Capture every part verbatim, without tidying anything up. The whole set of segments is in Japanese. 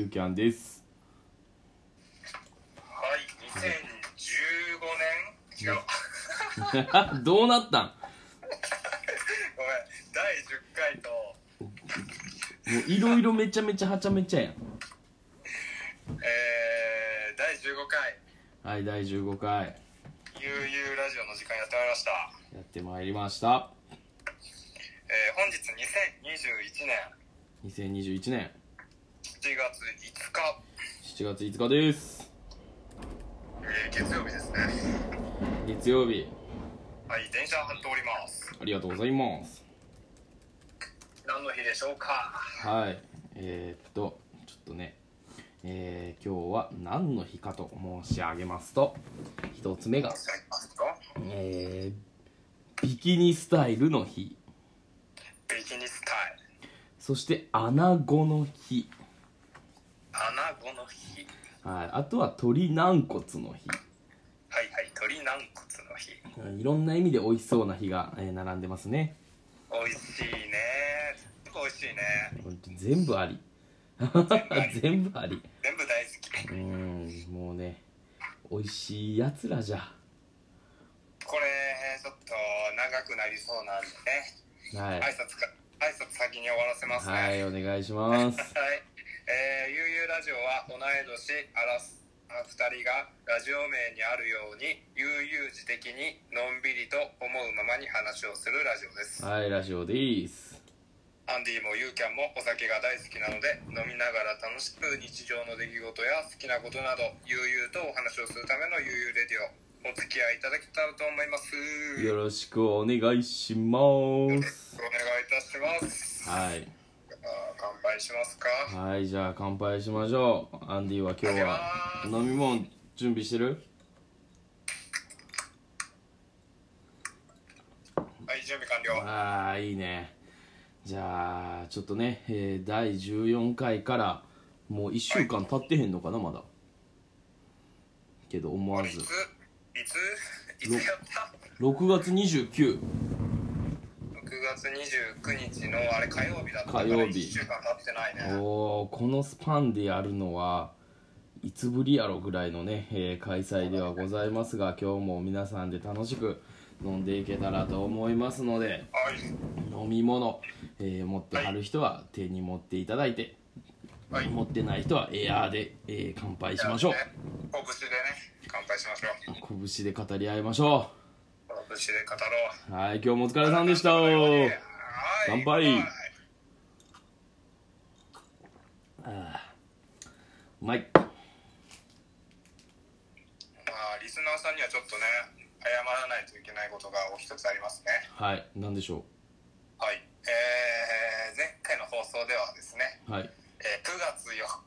ゆきゃんです。 はい、にせんじゅうごねん違うどうなったん？ ごめん、だいじゅっかいともういろいろめちゃめちゃはちゃめちゃやん。 えー、だいじゅうごかい、 はい、だいじゅうごかいゆうゆうラジオの時間やってまいりました。 やってまいりました。 えー、本日にせんにじゅういちねんにせんにじゅういちねんしちがついつか、 しちがついつかです。 えー、月曜日ですね。 月曜日。 はい、電車通ります。 ありがとうございます。 何の日でしょうか？ はい、えー、っとちょっとね、えー、今日は何の日かと申し上げますと、一つ目が、えー、ビキニスタイルの日。 ビキニスタイル。 そしてアナゴの日。 アナゴの日。 はい、あとは鶏軟骨の日。 はいはい、鶏軟骨の日。 いろんな意味で美味しそうな日が、えー、並んでますね。 美味しいね。美味しいね。 全部あり。全部あり。 全部大好き。 うーん、もうね、美味しいやつらじゃ。 これちょっと長くなりそうなんでね。 はい。 挨拶か挨拶先に終わらせますね。 はい、お願いします。 はい。えー、ゆうゆうラジオは同い年アラスふたりがラジオ名にあるように悠々自適にのんびりと思うままに話をするラジオです。 はい、ラジオです。 アンディもユーキャンもお酒が大好きなので、飲みながら楽しく日常の出来事や好きなことなど悠々とお話をするためのゆうゆうレディオ、お付き合いいただけたらと思います。 よろしくお願いしまよろしす。 くお願いいたします。 はい。 乾杯しますか？ はい、じゃあ乾杯しましょう。アンディは今日は飲み物準備してる？ はい、準備完了。 ああ、いいね。じゃあちょっとね、えー、だいじゅうよんかいからもういっしゅうかん経ってへんのかな、まだ。けど思わずいついついつやった？ ろくがつにじゅうくにち。 ろくがつにじゅうくにちのあれ火曜日だったから火曜日。 いっしゅうかん経ってないね。 おー、このスパンでやるのはいつぶりやろぐらいのね、えー、開催ではございますが、今日も皆さんで楽しく飲んでいけたらと思いますので、 はい、 飲み物、えー、持ってはる人は手に持っていただいて、 はい、 持ってない人はエアーで、えー、乾杯しましょう。 拳でね、乾杯しましょう。 拳で語り合いましょ拳で語ろう。はい、今日もお疲れさんでした。 う。 乾杯。あー、うまい。 まあリスナーさんにはちょっとね謝らないといけないことがお一つありますね。 はい、なんでしょう。はい、えー、前回の放送ではですね、 う。はい。 えー、くがつよっ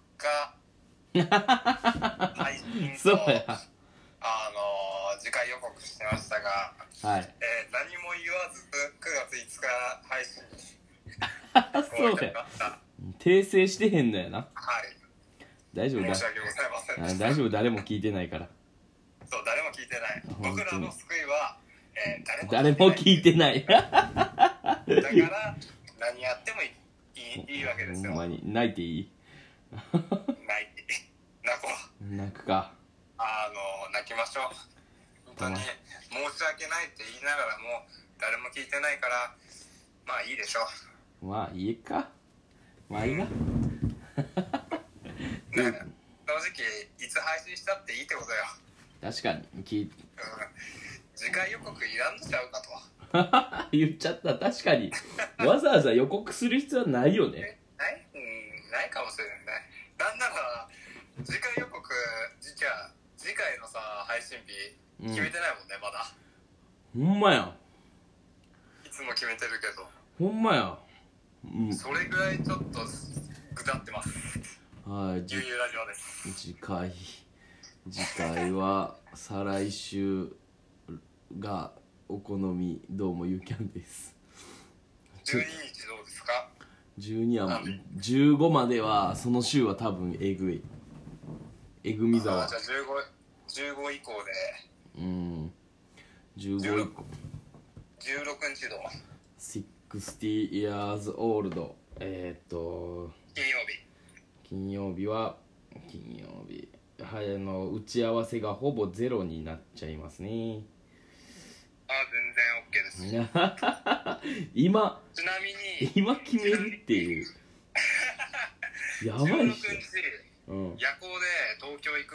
か配信とそうや。 あのー、次回予告してましたが、 はい。 えー、何も言わずくがついつか配信にそうや。訂正してへんのやな。 はい。 大丈夫だ。 申し訳ございませんでした。 大丈夫、誰も聞いてないから。 そう、誰も聞いてない。僕らの救いは、えー、 誰も聞いてない。 だから何やってもいい、いい、いいわけですよ。 ほんまに泣いていい？ 泣いて泣こう。 泣くか。 あの泣きましょう。本当に申し訳ないって言いながらも誰も聞いてないからまあいいでしょう。まあいいか。まあいいな。ね、 正直いつ配信したっていいってことよ。 確かに聞い、うん、 次回予告いらんのちゃうかと言っちゃった。確かにわざわざ予告する必要はないよね。 ない、うん、ないかもしれないね。なんなら次回予告次回次回のさ配信日決めてないもんね、うん、まだ。 ほんまや。 いつも決めてるけど。 ほんまや。 うん、それぐらいちょっとぐだってます。 はい。 ゆうゆうラジオです。 次回次回は再来週がお好み、どうもゆうきゃんです。 じゅうににちどうですか？ じゅうにはじゅうごまではその週は多分えぐい。えぐみざわ。 じゃあじゅうご、じゅうご以降で。 うん。じゅうご以降。 じゅうろくにちど。 ろくじゅう years old。えー、っと。 金曜日。 金曜日は金曜日はい、あの打ち合わせがほぼゼロになっちゃいますね。 あ、全然 OK です。 今ちなみに今決めるっていうやばいっしょ。 じゅうろくにち、 うん、 夜行で東京行く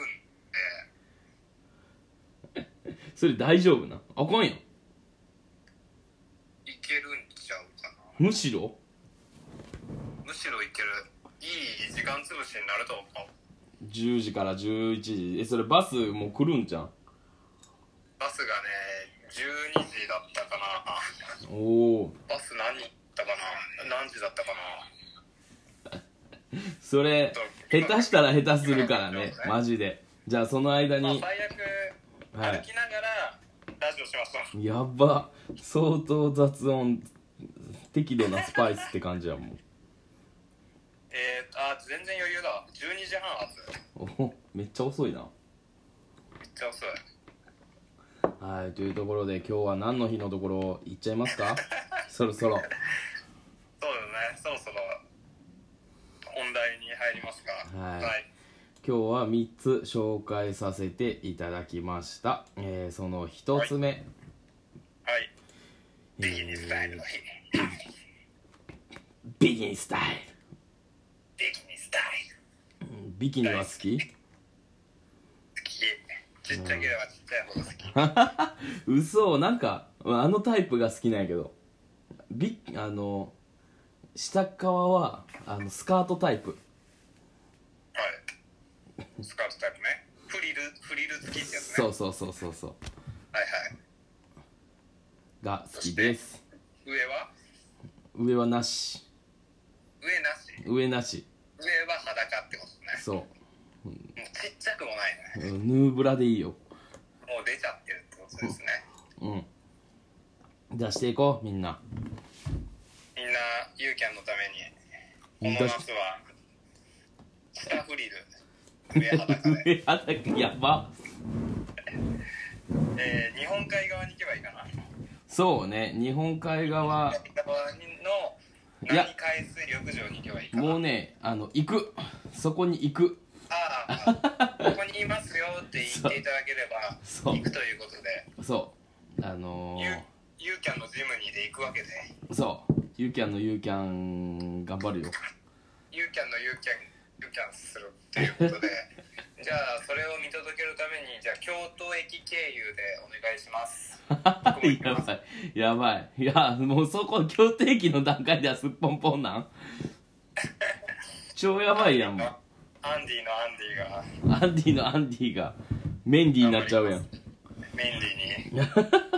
んでそれ大丈夫な、あかんやん。 行けるんちゃうかな。 むしろむしろ行ける、いい時間潰しになると思う。 じゅうじからじゅういちじ、えそれバスもう来るんじゃん。 バスがねじゅうにじだったかな。 おお、 バス何だったかな、何時だったかな。 それ下手したら下手するからねマジで。じゃあその間に、 まあ、最悪歩きながらラジオしました、はい、 やば、相当雑音適度なスパイスって感じやもん。 えー、あ、全然余裕だ。じゅうにじはん発。 お、めっちゃ遅いな。 めっちゃ遅い。 はい、というところで今日は何の日のところ行っちゃいますかそろそろ。 そうだね、そろそろ本題に入りますか。 はい、 はい、 今日はみっつ紹介させていただきました。えー、そのひとつめ、 はいはい、ビキニスタイルの日。 ビキニスタイル、 ビキニスタイル、 ビキニは好き？ 好き。ちっちゃければちっちゃいほど好き。 嘘、なんかあのタイプが好きなんやけど、ビあの下側はあのスカートタイプ。 はい、スカートタイプね。フリルフリル付きってやつね。 そうそうそうそうそう、 はいはい、 が好きです。 上は上はなし。 上なし。 上なし。 上は裸ってことね。 そう、 もうちっちゃくもないね。 ヌーブラでいいよ。 もう出ちゃってるってことですね。 うん、出していこうみんな。 みんなユーキャンのためにこの夏は下フリル上裸で上裸やばえー、日本海側に行けばいいかな。 そうね、日本海側。 日本海側の何海水浴場に行けばいいかな。 もうね、あの行く、そこに行く。 ああ、ここにいますよって言っていただければ行くということで。 そうあのー、 ユー、ユーキャンのジムにで行くわけで。 そうユーキャンのユーキャン頑張るよ。 ユーキャンのユーキャンユーキャンするっていうことでじゃあそれを見届けるために、じゃあ京都駅経由でお願いします。 やばいやばい、いやもうそこ京都駅の段階ではすっぽんぽんなん超やばいやん。もうアンディのアンディがアンディのアンディがメンディーになっちゃうやん。 メンディに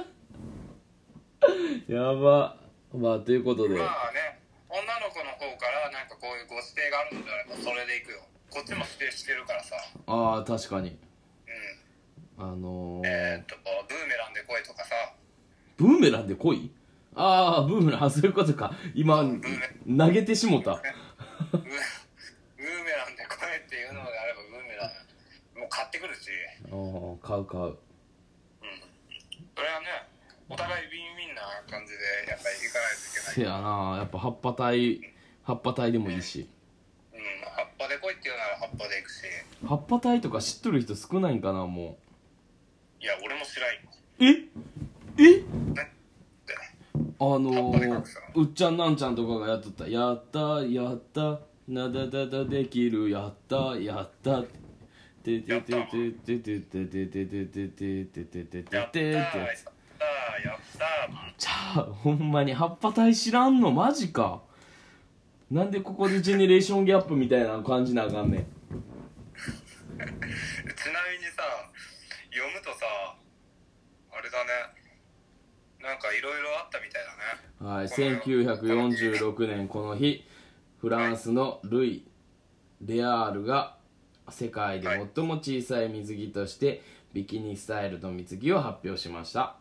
やば。まあということで、 まあね、女の子の方からなんかこういうご指定があるのであればそれで行くよ。こっちも指定してるからさ。 ああ確かに、 うん、 あのー、 えー、っとブーメランで来いとかさ。 ブーメランで来い。ああブーメラン、あそういうことか。今投げてしもたブーメランで来いっていうのであればブーメランもう買ってくるし。 ああ買う買う。うん、 それはね、お互いウィンウィンな感じでやっぱり行かないといけない。 せやな、やっぱ葉っぱ隊葉っぱ隊でもいいし、 うん、葉っぱで来いっていうなら葉っぱで行くし。 葉っぱ隊とか知っとる人少ないんかな。もいや俺も知らんよ。 うええねってあの葉っぱでー隠すうっちゃんなんちゃんとかがやっとった。やったやったなだだだできる、やったやったててててててててててててててててやったーやったーやったー。 じゃあほんまに葉っぱ隊知らんのマジか。なんでここでジェネレーションギャップみたいな感じなあかんねん。 ちなみにさ、読むとさあれだね、なんかいろいろあったみたいだね。 はい、せんきゅうひゃくよんじゅうろくねんこの日、フランスのルイ・レアールが世界で最も小さい水着としてビキニスタイルの水着を発表しました。 はい、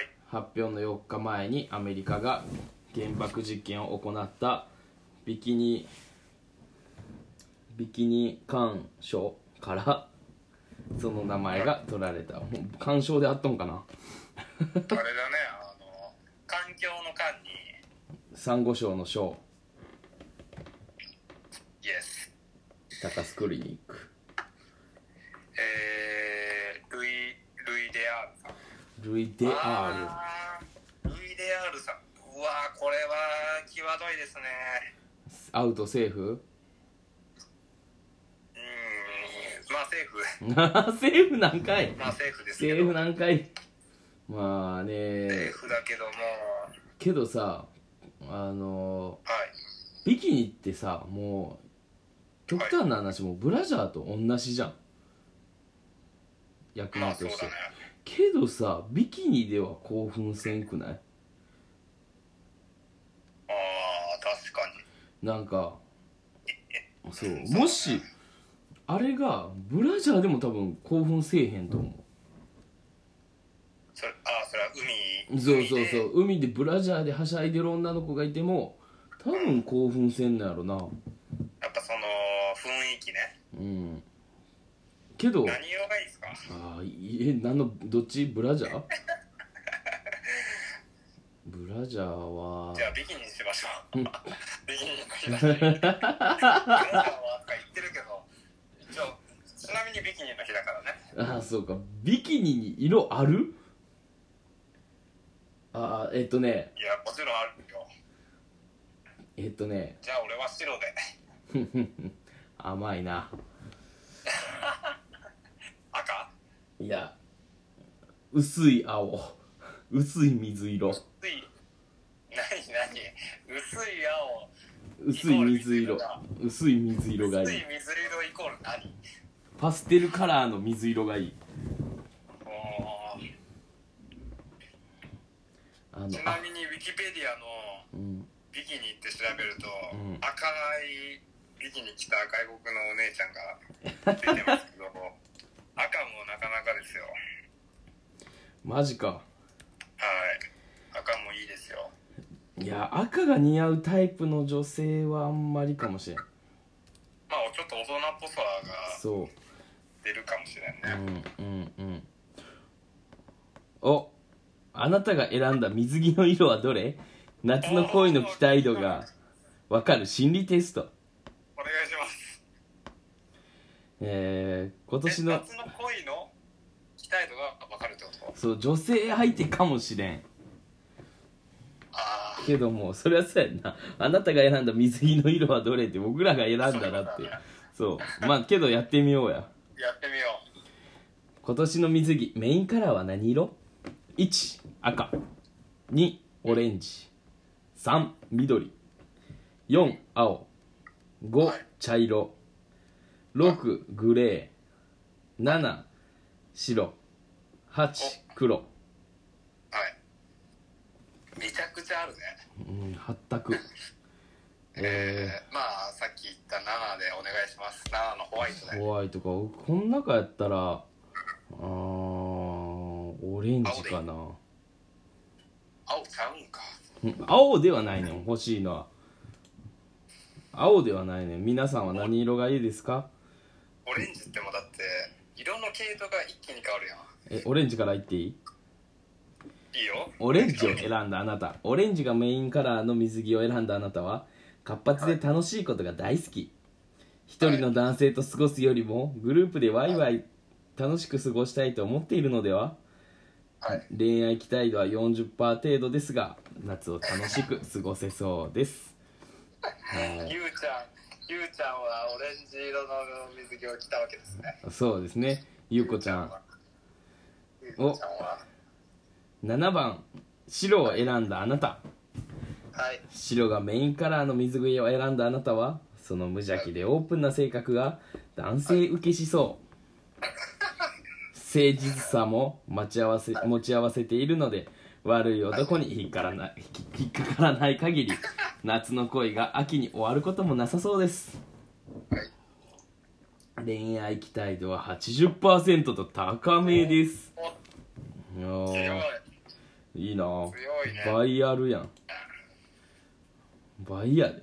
発表のよっかまえにアメリカが原爆実験を行ったビキニビキニ環礁からその名前が取られた。環礁であっとんかなあれだね、あの環境の環にサンゴ礁の礁。 イエス高須クリニック。 えー、ルイルイ・デアールさん。 ルイ・デアーあールイ・デアールさん。うわー、これは際どいですね。 ル。アウトセーフ。 うーん、まあセーフ。 セーフなんかい。 まあセーフですセけど。 ーフなんかい。まあねセーフだけども、 けどさ、あのはい。 ビキニってさ、もう極端な話、もうブラジャーと同じじゃん、役ま目として、 あそうだね。 けどさビキニでは興奮せんくない？ ああ、確かに。 なんかそうもしあれがブラジャーでも多分興奮せえへんと思それ、ああ、それは海。 う。そうそうそ海でう、海でブラジャーではしゃいでる女の子がいても多分興奮せんのやろな。 やっぱその雰囲気ね。 うんけど何色がいいですか？ あーえ何のどっち？ブラジャーブラジャーはじゃあビキニにしましょう。ビキニの日だし。ブラジャーはとか言ってるけど、一応ちなみにビキニの日だからね。 ああそうか、ビキニに色ある？ああえっとねいや、もちろんあるよ。 えっとねじゃあ俺は白で。 甘いな。 赤？ いや薄い青薄い水色薄い。何何？薄い青。 薄い水色薄い水色がいい。 薄い水色イコール何？ パステルカラーの水色がいい。 おーあのちなみにウィキペディアのうんビキニって調べると、 うん赤いビキニ着た外国のお姉ちゃんが出てますけど赤もなかなかですよ。 マジか。 はい、赤もいいですよ。 いや赤が似合うタイプの女性はあんまりかもしれん。 まあちょっと大人っぽさがそう出るかもしれんね。 うんうんうんおあなたが選んだ水着の色はどれ？夏の恋の期待度が分かる心理テスト。 お願いします。 えー、今年えの夏の恋の期待度が分かるってこと？ そう女性相手かもしれんああ、 けどもそれはそうやんな。あなたが選んだ水着の色はどれって僕らが選んだらってそうまあけどやってみようや。 やってみよ今年の水着メインカラーは何色？ いち 赤、にオレンジ、さん緑、よん青、ご、 はい茶色、ろくグレー、なな白、はち黒。 う。はいめちゃくちゃあるね。 うんはったくえー、まあさっき言ったななでお願いします。ななのホワイトで。 ホワイトか。この中やったらあーオレンジかな。 青ちゃうんか。 うん青ではないねん欲しいのは。青ではないねん。皆さんは何色がいいですか？ オレンジってもだって色の系統が一気に変わるやん。 えオレンジから言っていい？ いいよ。 オレンジを選んだあなた、オレンジがメインカラーの水着を選んだあなたは活発で楽しいことが大好き。一人の男性と過ごすよりもグループでワイワイ楽しく過ごしたいと思っているのでは？ はい。 恋愛期待度は よんじゅっパーセント 程度ですが夏を楽しく過ごせそうです。はいゆうちゃん、ゆうちゃんはオレンジ色の水着を着たわけですね。 そうですね。ゆうこちゃん。 ゆうこちゃんは。 ななばん白を選んだあなた、 はい。 白がメインカラーの水着を選んだあなたはその無邪気でオープンな性格が男性受けしそう誠実さも待ち合わせ持ち合わせているので悪い男に引っかからない引っかからない限り夏の恋が秋に終わることもなさそうです。 はい恋愛期待度は はちじゅっパーセント と高めです。 おいや強い。 ーいいなぁ。 強いね。 倍あるやん。倍やで。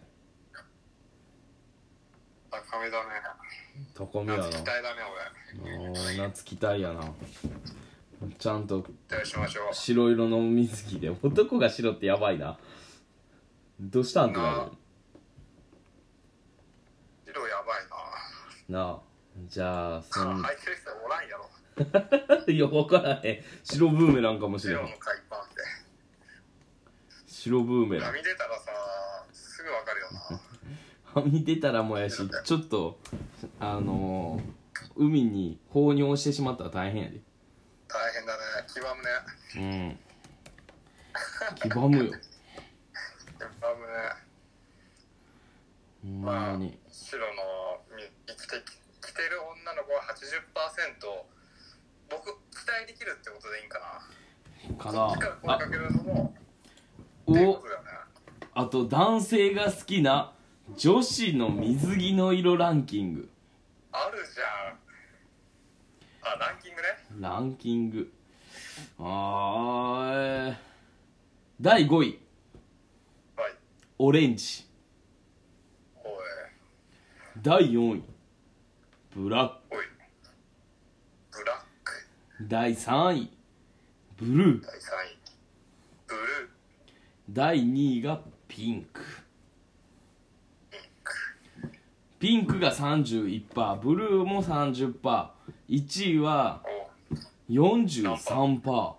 高めだね。 高めやな。 夏期待だねあー夏期待やな。ちゃんと俺。期待しましょう。 白色の水着で男が白ってやばいな。どうしたんってなる。 白やばいな。 なあ、じゃあそん入ってる人おらんやろ。 いや分からへん。白ブーメランかもしれん。 白の海パンって白ブーメラン波出たらさすぐわかるよな。 はみ出たらもやし、ちょっとあのー、海に放尿してしまったら大変やで。 大変だね。黄ばむね。 うん黄ばむよ。 黄ばむね。 ほんまに、 まあ、白の生きてきてる女の子は はちじゅっパーセント 僕期待できるってことでいいんかな。 かそっちから声な。 かけるのもあっていうこおとだよね。 あと男性が好きな女子の水着の色ランキング。 あるじゃん。あ、ランキングね。 ランキング、あー、えー、だいごいはい。 オレンジ。 おいだいよんいブラック。 おいブラック。 だいさんいブルー。 だいさんいブルー。 だいにいがピンク。 ピンク。 ピンクが さんじゅういちパーセント、ブルーも さんじゅっパーセント、いちいはおよんじゅうさんパーセント。 はいはいはい。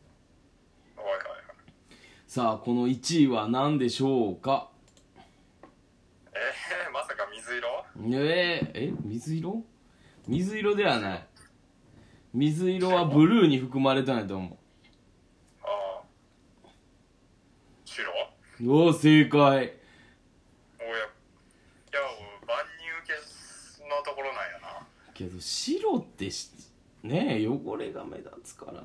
さあこのいちいは何でしょうか。 えー、まさか水色。 えー、え水色水色ではない。水色はブルーに含まれたんやと思ああ白。 う。おお正解。 おやいや万人受けのところなんやな。 けど白ってしねえ汚れが目立つからな。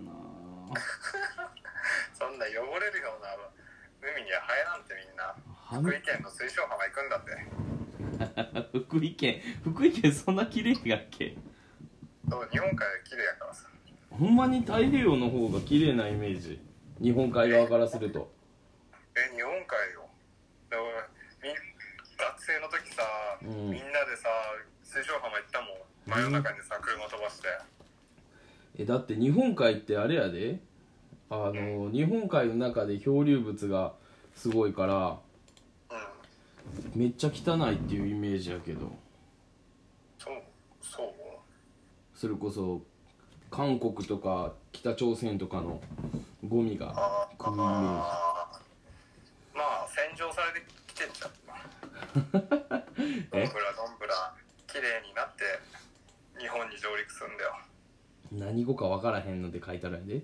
そんな汚れるような海には入らんって。みんな福井県の水晶浜行くんだって。 福井県福井県そんな綺麗やっけ。 そう日本海綺麗やからさ。 ほんまに太平洋の方が綺麗なイメージ、日本海側からすると。 え日本海よ。で俺み学生の時さ、 うん、 みんなでさ水晶浜行ったもん。真夜中にさ車飛ばして。 えだって日本海ってあれやで、あの、うん、日本海の中で漂流物がすごいから、うん、めっちゃ汚いっていうイメージやけど。 そうそうそれこそ韓国とか北朝鮮とかのゴミが来るイメージ。 まあ洗浄されてきてんじゃん。どんぶらどんぶら綺麗になって日本に上陸するんだよ。 何語か分からへんので書いてあるんやで。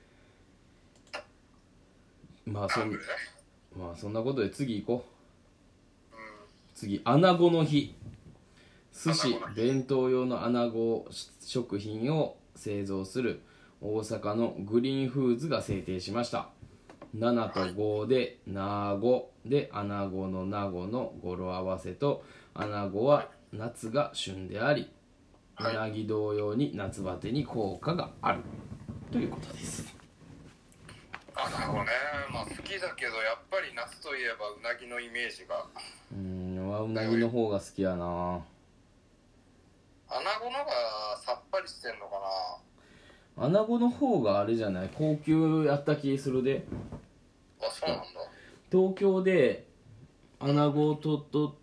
まあそん、まあそんなことで次行こう、うん、次アナゴの日。寿司弁当用のアナゴ食品を製造する大阪のグリーンフーズが制定しました。ななとごでなごでアナゴのなごの語呂合わせと、アナゴは夏が旬であり、うなぎ同様に夏バテに効果があるということです。 アナゴね、まあ好きだけどやっぱり夏といえばうなぎのイメージが。 うーん、うなぎの方が好きやな。 アナゴのがさっぱりしてんのかな。アナゴの方があれじゃない、高級やった気するで。 あ、そうなんだ。 東京でアナゴを取っとって、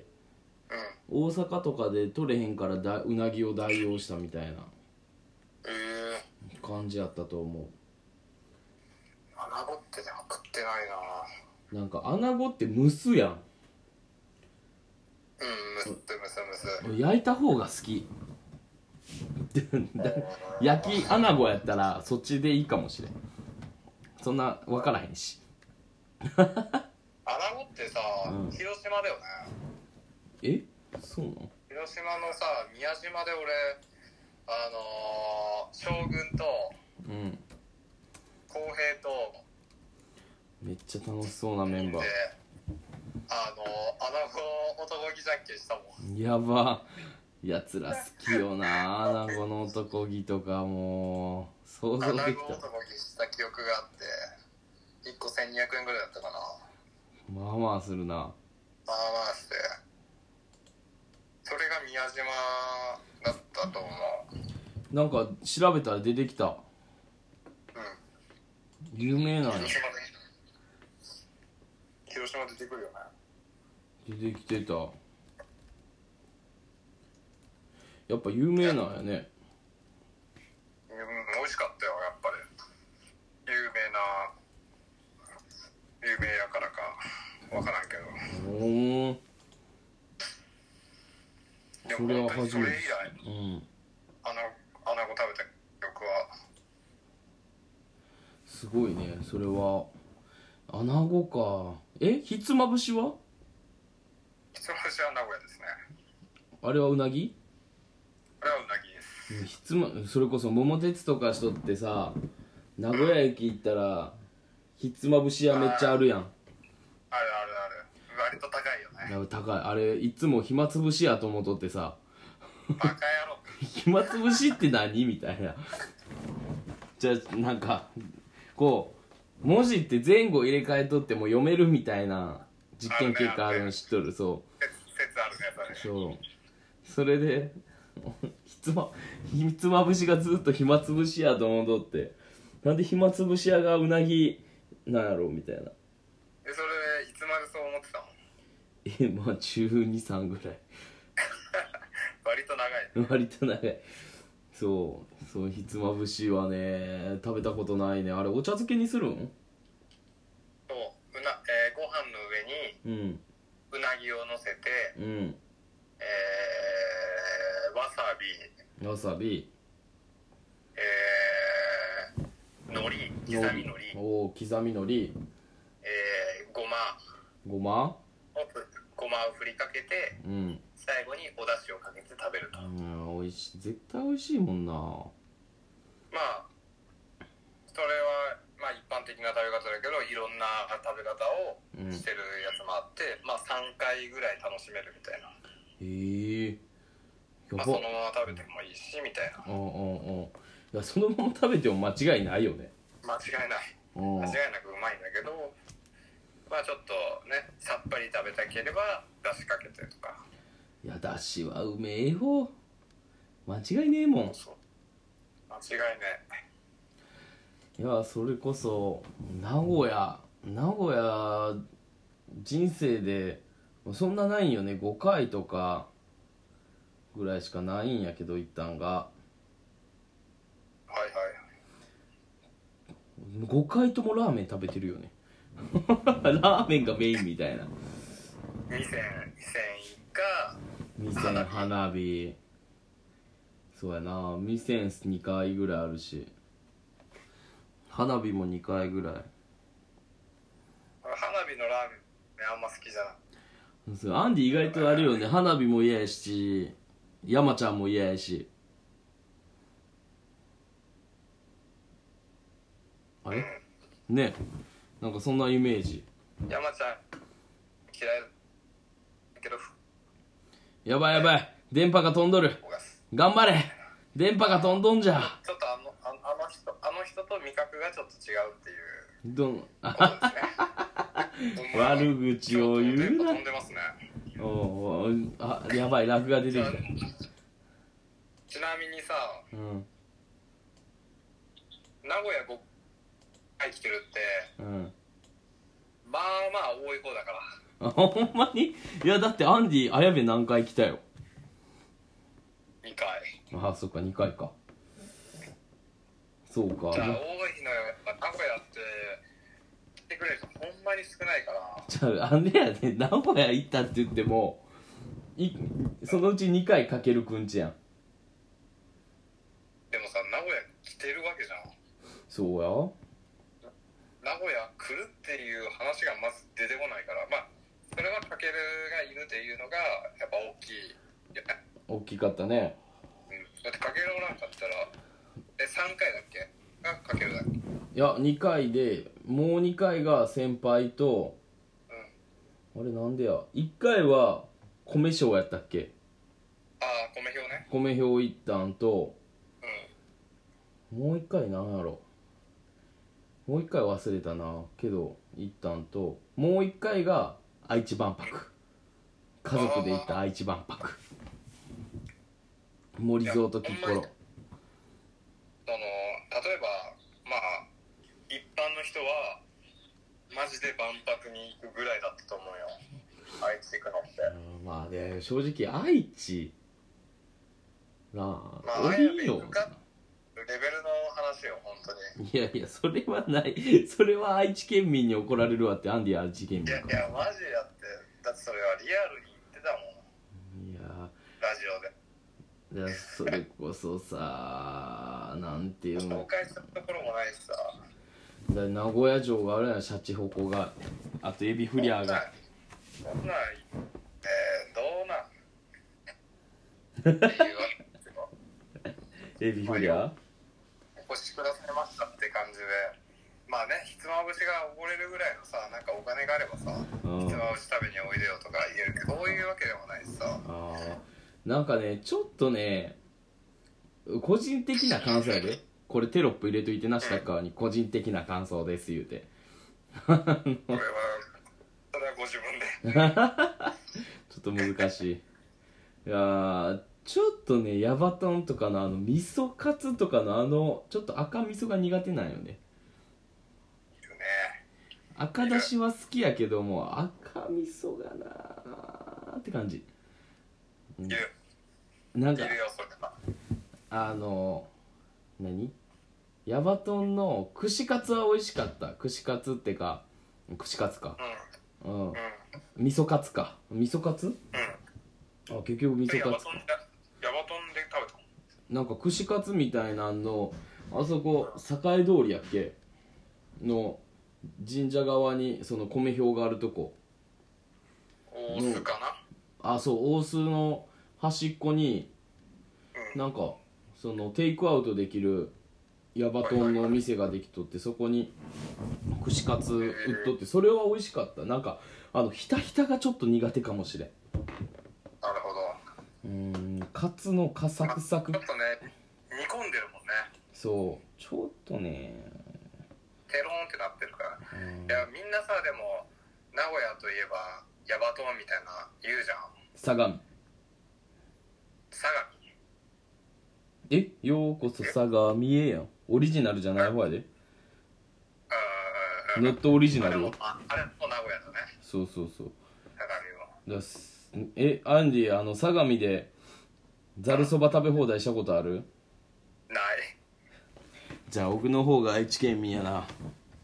うん、大阪とかで取れへんからだうなぎを代用したみたいな感じやったと思う。 アナゴってでも食ってないな。なんかアナゴって蒸すやん。 うん、蒸す蒸す蒸す。 焼いた方が好き。焼きアナゴやったらそっちでいいかもしれん。そんな分からへんし。 アナゴってさ、うん、広島だよね。 え、そうなの？ 広島のさ宮島で俺あのー、将軍と浩、うん、平とめっちゃ楽しそうなメンバー。 あのー、アナゴ男気じゃんけんしたもん。 やば、やつら好きよな。アナゴの男気とかもう想像できた。 アナゴ男気した記憶があっていっこせんにひゃくえんぐらいだったかな。 まあまあするな。まあまあしてそれが宮島だったと思う。なんか調べたら出てきた。うん、有名なの。 広島で広島出てくるよね。 出てきてた。 やっぱ有名なんやね。 うん、美味しかったよ、やっぱり。有名な、有名やからかわからんけど。 おー、 でそれはも本当にそれ以初めて。 来、 うん、 アナアナゴ食べた記憶は。 すごいね。それはアナゴか。え、ひつまぶしは？ ひつまぶしは名古屋ですね。 あれはうなぎ？ あれはうなぎです。 ひつま、それこそ桃鉄とかしとってさ、名古屋駅行ったらひつまぶし屋めっちゃあるやん。 あるあるある。割と高いよね。 高い。あれいつも暇つぶしやと思っとってさ、 バカ野郎。 暇つぶしって何みたいな。じゃあなんかこう文字って前後入れ替えとっても読めるみたいな実験結果あるの知っとる。そ説説あるね、それ。 うそうそれでひつまひつまぶしがずっと暇つぶしやと思っとって、なんで暇つぶし屋がうなぎなんやろみたいな。 え、それいつまでそう思ってたの？ え、まあ中に、さんぐらい。 割と長い。 割と長い。そうそう、ひつまぶしはね食べたことないね。あれお茶漬けにするん？ そう、うな、えー、ご飯の上にうんうなぎを乗せて、 うん。 えー、わさび、 わさび、 えー、海苔、刻み海苔、 おお、刻みのり、 えー、ごまごま、 をごまを振りかけて、 うん、 最後にお出汁をかけて食べると。 うん、おいしい。絶対おいしいもんな。 まあそれはまあ一般的な食べ方だけど、いろんな食べ方をしてるやつもあって、うん、まあさんかいぐらい楽しめるみたいな。 へえ、やば。 まあ、そのまま食べてもいいしみたいな。 うんうんうん。いや、そのまま食べても間違いないよね。 間違いない。間違いなくうまいんだけど、まあちょっとね、さっぱり食べたければだしかけてとか。 いや、だしはうめえよ。間違いねえもん。 そう、間違いね。 いや、それこそ名古屋名古屋人生でそんなないんよね。ごかいとかぐらいしかないんやけど行ったんが、 はいはい。 ごかいともラーメン食べてるよね。ラーメンがメインみたいな。 にせん、にせんいか味仙花火、そうやな、味仙にかいぐらいあるし、花火もにかいぐらい。 花火のラーメンあんま好きじゃない。 そう、アンディ意外とあるよね。花火も嫌やし、山ちゃんも嫌やし。あれ、うん、ね、なんかそんなイメージ。 山ちゃん嫌いだけど、 やばいやばい、電波が飛んどる。頑張れ、電波が飛んどんじゃ。 ちょっとあの、ああの人あの人と味覚がちょっと違うっていうどんことですね。 悪口を言うな。 電波飛んでますね。 おお、あ、やばい、ラフが出てきた。 ちなみにさ、 うん、 名古屋ごかい来てるって、 うん、 まあまあ多い方だから。 あ、ほんまに？いや、だってアンディ綾部何回来たよ。 にかい。 あ、そっか、にかいか。そうか。 じゃあ多いのよ。やっぱ名古屋って来てくれる人ほんまに少ないから。 じゃあ、あんねやで、名古屋行ったって言ってもいそのうちにかいかけるくんちやん。 でもさ、名古屋来てるわけじゃん。 そうや。 名古屋来るっていう話がまず出てこないから、まあそれはかけるがいるっていうのがやっぱ大きいよね。 大きかったね。 うん、だってかけるおらんかったら、え、さんかいだっけがかけるだっけ？ いや、にかいで、もうにかいが先輩と、 うん、 あれなんでや、いっかいは米賞やったっけ。 ああ、米表ね。 米表行ったんと、 うん、 もういっかいなんやろ、もういっかい忘れたなけど行ったんと、もういっかいが愛知万博、家族で行った愛知万博、森蔵とキッコロ。 その例えばまあ一般の人はマジで万博に行くぐらいだったと思うよ、愛知行くのって。 まあね、正直愛知らまあおりよレベルの話よ本当に。 いやいやそれはないそれは愛知県民に怒られるわって。アンディ愛知県民か。 いやいやマジやって、だってそれはリアルに言ってたもん。 いやラジオで。 いやそれこそさなんていうの、 紹介したところもないしさ。 だ名古屋城があるやん、シャチホコが、あとエビフリアが。 そんなん、えー、どうなんっていうわけですよ。 エビフリアお越しくださいましたって感じで、まあね、ひつまぶしがおごれるぐらいのさ、なんかお金があればさ、ひつまぶし食べにおいでよとか言えるけど、そういうわけでもないしさ。 あなんかねちょっとね個人的な感想やで、これテロップ入れといてな、したっかに個人的な感想です言うてこれはそれはご自分でちょっと難しい。いやーちょっとねヤバトンとかのあの味噌カツとかのあのちょっと赤味噌が苦手なんよね。 いるね。 赤だしは好きやけども赤味噌がなーって感じ。 いるなんかいるよそれは。 あの何ヤバトンの串カツは美味しかった。串カツってか串カツかうんうん、 うん味噌カツか味噌カツうんあ結局味噌ヤバカツトンでヤバトンで食べたなんか串カツみたいなんのあそこ栄通りやっけの神社側にその米表があるとこ、 大須かな。 あそう大須の端っこにうんなんかそのテイクアウトできるヤバトンの店ができとって、そこに串カツ売っとって、それは美味しかった。なんかあのひたひたがちょっと苦手かもしれん。 なるほど。 うーんカツのカサクサクちょっとね煮込んでるもんね。 そうちょっとねテローンってなってるから。 うんいやみんなさ、でも名古屋といえばヤバトンみたいな言うじゃん。 相模相模えようこそ相模へやん。オリジナルじゃない方やで。 うん。 ネットオリジナルよ。 ああれも名古屋だね。 そうそうそう相模も。 だすえアンディあの相模でざるそば食べ放題したことある？ ない。 じゃあ僕の方が愛知県民やな。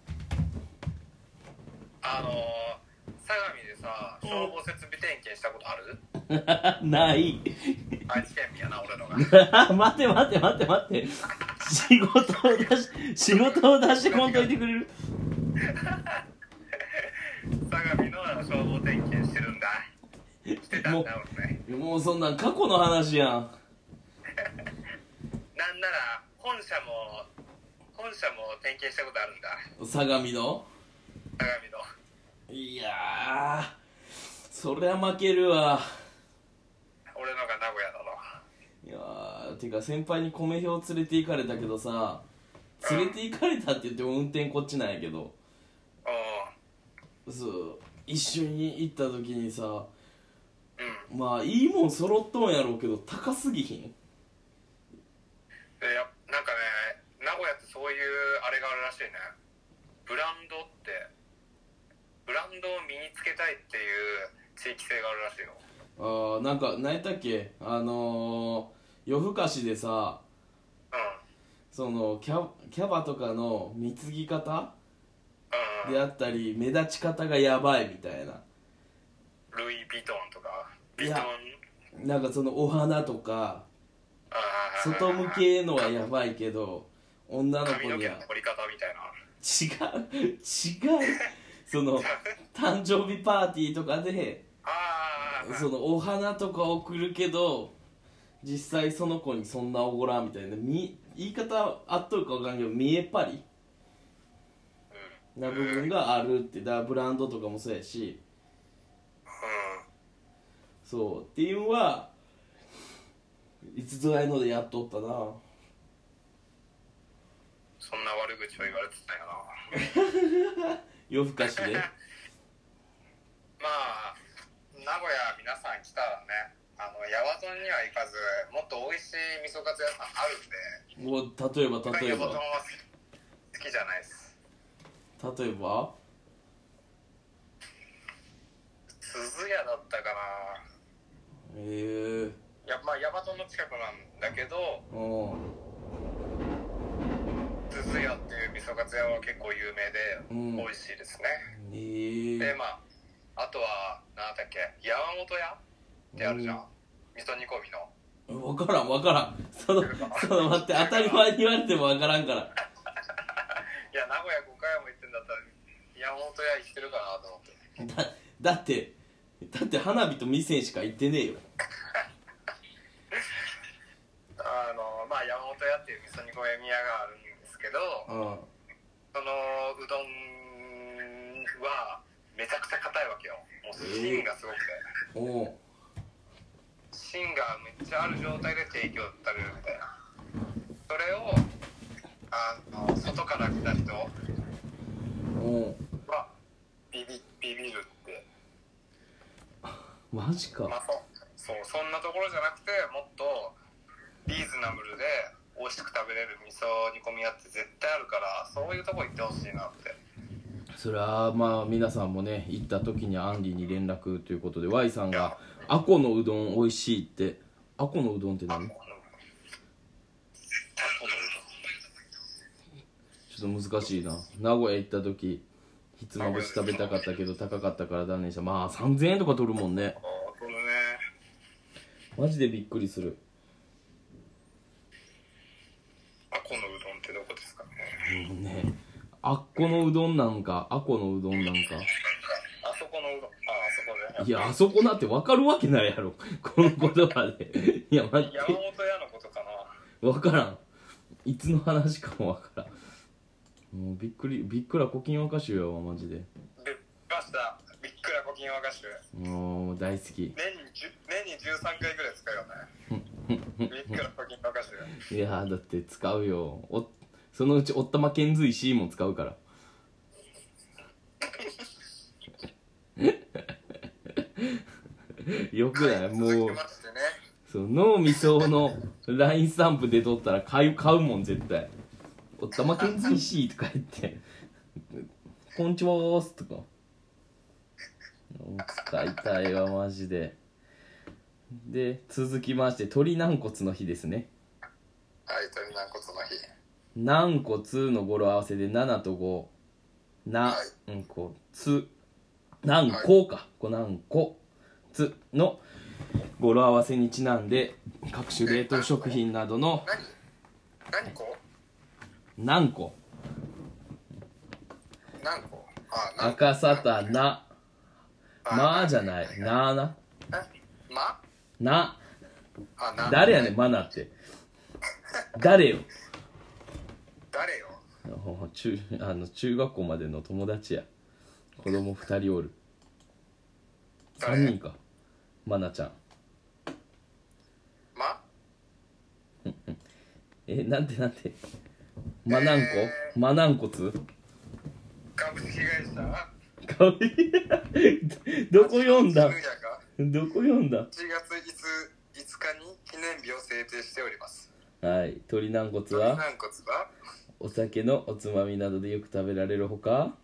あのー、相模でさ消防設備点検したことある？ ない愛知県民やな俺のが。 待って待って待って待って仕事を出し仕事を出してこんといてくれる？ 相模の消防点検してるんだ。してたんだ俺ね。 もうそんなん過去の話やん。 なんなら本社も本社も点検したことあるんだ。 相模の相模の。 いやーそりゃ負けるわ。 俺のが名古屋だろ。 いやーてか先輩に米表連れて行かれたけどさ、連れて行かれたって言っても運転こっちなんやけど、 うそう一緒に行った時にさ、 んうん。 まあいいもん揃っとんやろうけど高すぎひん？ でやなんかね名古屋ってそういうあれがあるらしいね。ブランドってブランドを身につけたいっていう地域性があるらしいよ。 あーなんか何やったっけあのー、夜更かしでさうんそのキャキャバとかの貢ぎ方うんうん。 であったり目立ち方がやばいみたいな、 ルイ・ヴィトンとかいやヴィトンなんかそのお花とかあー外向けのはやばいけど女の子髪のには毛の彫り方みたいな。 違う違うその誕生日パーティーとかでああそのお花とか送るけど実際その子にそんなおごらんみたいな、み言い方あっとるか分からんけど見えっ張りな部分があるって。だからブランドとかもそうやし、 うんそうっていうのはいつぞやのでやっとったな。 そんな悪口を言われてたよな。 夜更かしでまあ名古屋皆さん来たらね、あのヤバトンには行かずもっと美味しい味噌カツ屋さんあるんで。 もう例えば例えばヤバトンは好きじゃないです。 例えば鈴屋だったかな。 ええや、まあ、ヤバトンの近くなんだけど、 お鈴屋っていう味噌カツ屋は結構有名で、うん、美味しいですね。 へえ。 で、まあ、あとは、なんだっけ、山本屋ってあるじゃん。味噌煮込みの。 分からん分からん。そのその待って、当たり前に言われても分からんから。いや、名古屋ごかいも行ってんだったら山本屋行ってるかなと思って。 だ, だってだって花火と店しか行ってねえよ。 あのまあ山本屋っていう味噌煮込み屋があるんですけど、うん、そのうどんはめちゃくちゃ硬いわけよ。もう芯がすごくて、えー、お芯がめっちゃある状態で提供されるみたいな。それをあの外から来た人はビビビビるって。 マジか。 まあ、そう、そんなところじゃなくて、もっとリーズナブルで美味しく食べれる味噌煮込み屋って絶対あるから、そういうとこ行ってほしいなって。 それはまあ皆さんもね、行った時にアンディに連絡ということで、 Y さんがアコのうどん美味しいって。アコのうどんって何？ちょっと難しいな。名古屋行った時ひつまぶし食べたかったけど高かったから断念した。まあさんぜんえんとか取るもんね。 取るね。 マジでびっくりする。 アコのうどんってどこですかね。 うんね。あっこのうどんなんかアコのうどんなんか。 あそこのうどん。ああそこね。 いやあそこなって分かるわけないやろこの言葉で。いや待って。 山本屋のことかな。分からん。いつの話かも分からん。もうびっくり、びっくら古今和歌集やわマジで。 びっましたびっくら古今和歌集。 もう大好き。年に年にじゅうさんかいぐらい使うよね。びっくら古今和歌集。 いやだって使うよ。おそのうちおったまけんずいしも使うからよくない？もう、ね、そう脳みその ライン スタンプで取ったら買う、買うもん絶対。おったまけんずいしとか言ってこんにちはーすとか使いたいわマジで。で続きまして鶏軟骨の日ですね。 はい、鶏軟骨の日。 軟骨の語呂合わせでななとごな、はい、うんこつ軟骨か、はい、こ軟骨つの語呂合わせにちなんで各種冷凍食品などの何何個何個何個赤さたなまじゃないなーなえまなあな誰やねんマナって誰よ誰よ中, あの中学校までの友達や。子供ふたりおる。さんにんか。マナちゃん。 まえなんてなんてマナンコ、えー、マナンコツ株式会社どこ読んだどこ読んだいちがついつかに記念日を制定しております。 はい。鶏軟骨は鶏軟骨はお酒のおつまみなどでよく食べられるほか、はい、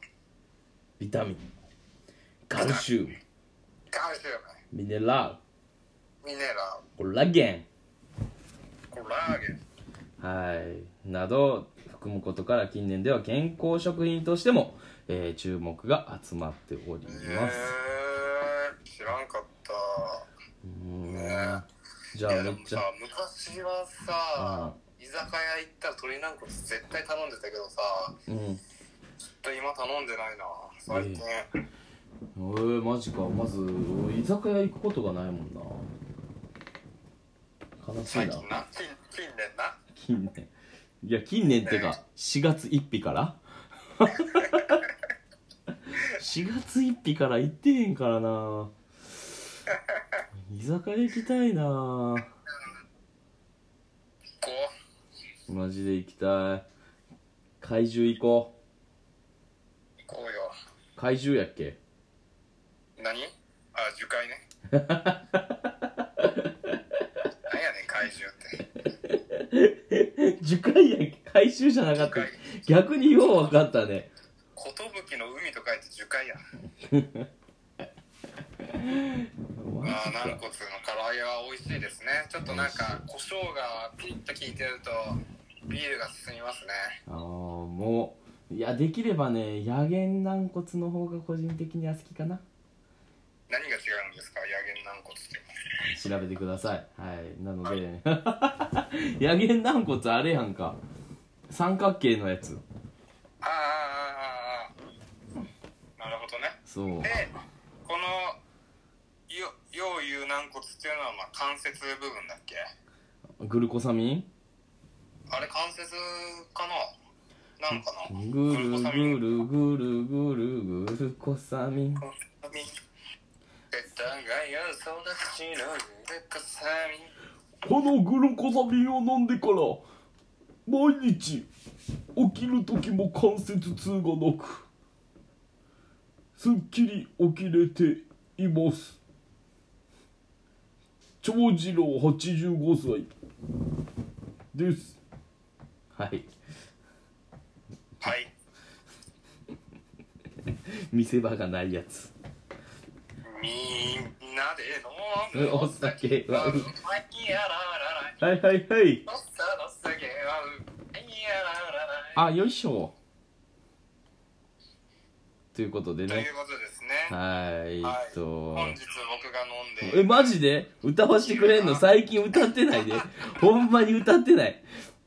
ビタミン、カルシウム、 カルシウム、ミネラル、ミネラル、コラーゲン、 コラーゲン、はい、など含むことから近年では健康食品としても、えー、注目が集まっております。えー、知らんかった。 うーん、ね、じゃあめっちゃ昔はさ、居酒屋行ったら鶏軟骨絶対頼んでたけどさ、うん、ちょっと今頼んでないな最近。えー、 えー、マジか。まず居酒屋行くことがないもんな。悲しいな。 最近な、近, 近年な近年いや近年ってか、ね、しがつついたちからしがつついたちから行ってへんからな。居酒屋行きたいな。マジで行きたい。怪獣行こう行こうよ。 怪獣やっけ。 何？あ、樹海ね。何やねん怪獣って樹海やっけ。怪獣じゃなかった。逆によう分かったね。 寿の海と書いて樹海やあー軟骨の唐揚げは美味しいですね。ちょっとなんか胡椒がピリッと効いてるとビールが進みますね。 ああもういやできればね野源軟骨の方が個人的には好きかな。 何が違うんですか、野源軟骨って。 調べてください。はいなので、はい、野源軟骨あれやんか、三角形のやつ。 あーあーあーあーなるほどね。 そうでこのよよういう軟骨っていうのはまあ関節部分だっけ。 グルコサミンあれ関節かな、なんかな。 ぐるぐるぐるぐるぐるコサミンこのグルコサミンを飲んでから毎日起きる時も関節痛がなくすっきり起きれています。長次郎はちじゅうごさいです。はいはい見せ場がないやつ。 みんなで飲むお酒はうまいやらららはいはいはいおっさの酒はうまいやらららあよいしょということでね、 ということですね。 はいはいえっと本日僕が飲んでえマジで歌わしてくれんの？最近歌ってないでほんまに歌ってない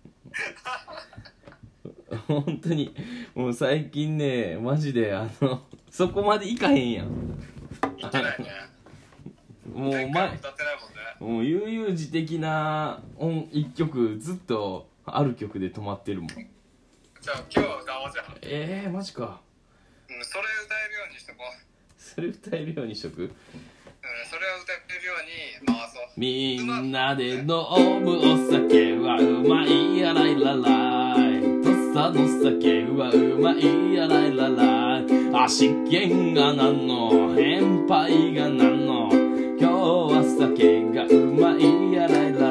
本当にもう最近ねマジであのそこまでいかへんやん。 言ってないね。 もう前回前も歌ってないもんね。 もう悠々自適な音一曲ずっとある曲で止まってるもん。 じゃあ今日は歌おうじゃん。うん、 えー、マジか。 それ歌えるようにしとこう。 それ歌えるようにしとく。 うん、それは歌えるように回そう。 みんなで飲むお酒はうまいやらいららい、土佐の酒はうまいやらいららい、足剣がなんの変敗がなんの今日は酒がうまいやらいら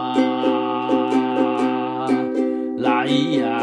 らいライヤ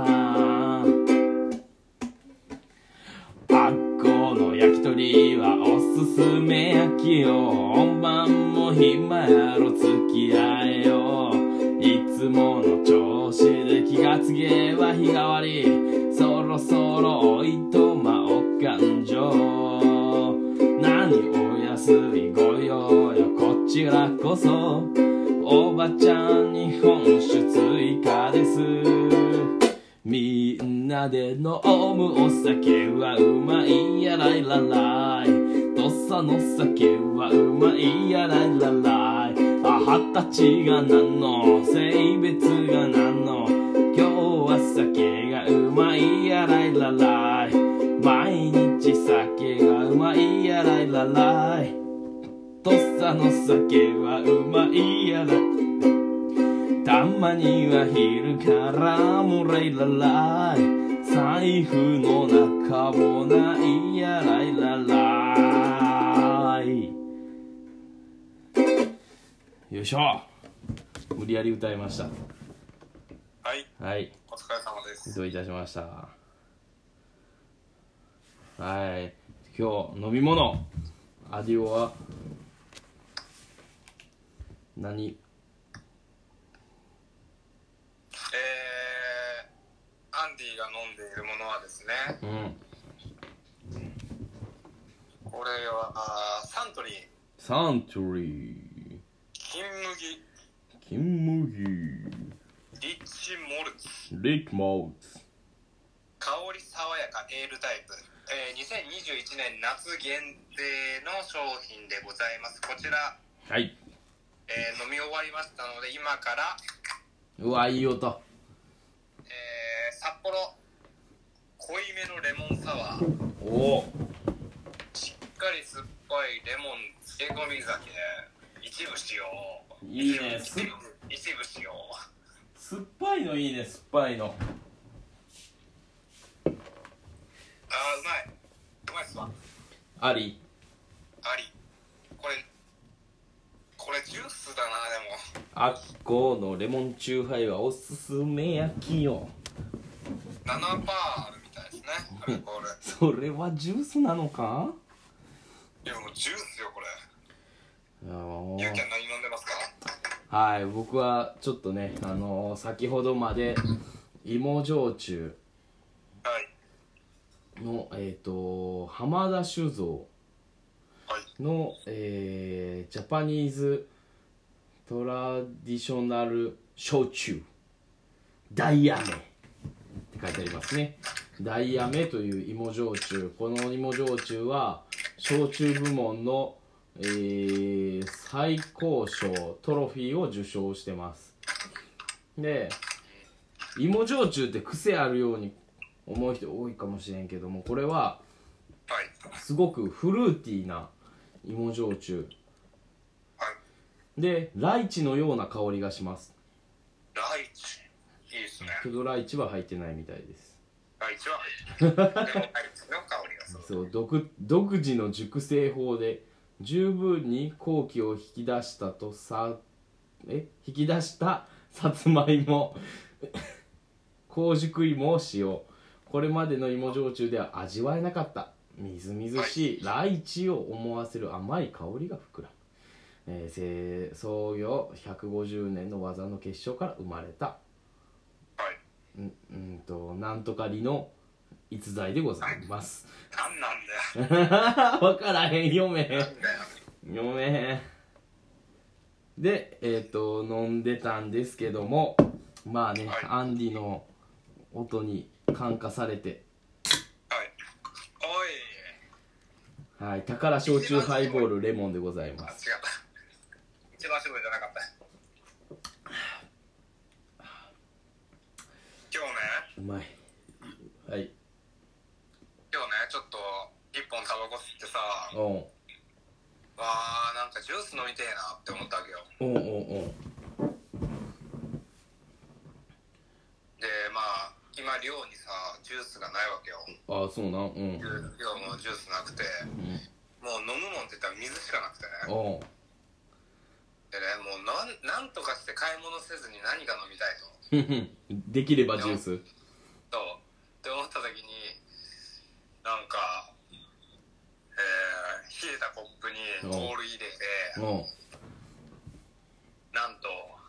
ーあっこの焼き鳥はおすすめ焼きよ、本番も暇やろ付き合えよ、いつもの調子で気がつけば日替わり、そろそろおいとまおかんじょ、何お安いご用よこちらこそ、おばちゃん日本酒追加です、みんなで飲むお酒はうまいやらいららい、土佐の酒はうまいやらいららい、あ二十歳がなんの性別がなんの今日は酒がうまいやらいららい、毎日酒がうまいやらいららい、土佐の酒はうまいやらい、たまには昼からもらいららい、財布の中もないやらいららい。よいしょ、無理やり歌いました。 はいはい、 お疲れ様です。 どういたしました。はい、今日飲み物アディオは何？ えー、アンディが飲んでいるものはですね、 うん、 これはあサントリーサントリー金麦金麦リッチモルツリッチモルツ香り爽やかエールタイプ、えー、にせんにじゅういちねん夏限定の商品でございます。こちら、 はい、 えー、飲み終わりましたので今からうわいい音、 えー、札幌濃いめのレモンサワー、 おおしっかり酸っぱいレモン漬け込み酒一部使用、 いいね、 一部一部使用、 酸っぱいのいいね、酸っぱいの。 あーうまいうまいっすわ。 ありあり、これこれジュースだな。でもあっこのレモンチューハイはおすすめ焼きよ。 ななパーセントあるみたいですね、アルコール。 それはジュースなのか？ いやもうジュースよこれ。 あのーゆうきゃん何飲んでますか？ はい、僕はちょっとね、あのー先ほどまで芋焼酎はいの、えー、と浜田酒造はいの、えージャパニーズトラディショナル焼酎ダイヤメって書いてありますね。ダイヤメという芋焼酎、この芋焼酎は焼酎部門の、えー最高賞トロフィーを受賞してます。で芋焼酎って癖あるように思う人多いかもしれんけども、これははいすごくフルーティーな芋焼酎はいでライチのような香りがします。 ライチいいですね。 けどライチは入ってないみたいです。 ライチは入ってる。でもライチの香りがする。 そう、独独自の熟成法で十分に香気を引き出したとさえ引き出したさつまいも香熟芋を使用。これまでの芋焼酎では味わえなかったみずみずしいライチを思わせる甘い香りが膨らむ、えー、創業ひゃくごじゅうねんの技の結晶から生まれたはいんうんとなんとかりの逸材でございます。 なんなんだよ。 わからへん、読めへんなんだよ。 読めへんでえっ、と飲んでたんですけども、まあね、 はいアンディの音に感化されて、 はいおいはい、宝焼酎ハイボールレモンでございあ違ったます。 一番搾りじゃなかった。今日ねうまい。はい。 今日ねちょっと一本タバコ吸ってさ、 おんわーなんかジュース飲みてえなって思ったわけよ。 おんおんおんでまあ今寮にさジュースがないわけよ。 ああそうなん。うん寮もジュースなくて、 うんもう飲むもんって言ったら水しかなくてね。 おんでねもうなんなんとかして買い物せずに何か飲みたいと。 ふんふんできればジュース。 そうって思った時になんか、えー、冷えたコップにボール入れて、 おんなんと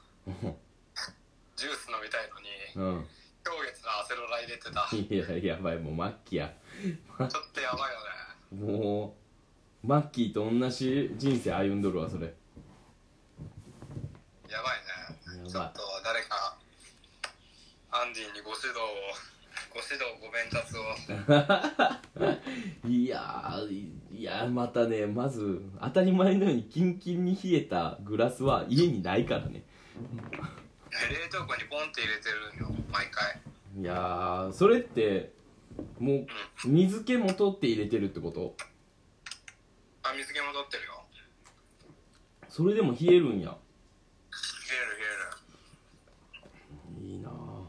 ジュース飲みたいのにうん今月のアセロラ入れてた。 いややばい、もうマッキーや。 ちょっとやばいよね。 もうマッキーと同じ人生歩んどるわそれ。 やばいね。 やばいちょっと誰かアンディにご指導をご指導ご鞭撻を。 いやーいやまたね、まず当たり前のようにキンキンに冷えたグラスは家にないからね。 冷凍庫にポンって入れてるんよ毎回。 いやーそれってもう水気も取って入れてるってこと？ あ水気も取ってるよ。 それでも冷えるんや。 冷える冷える。 いいな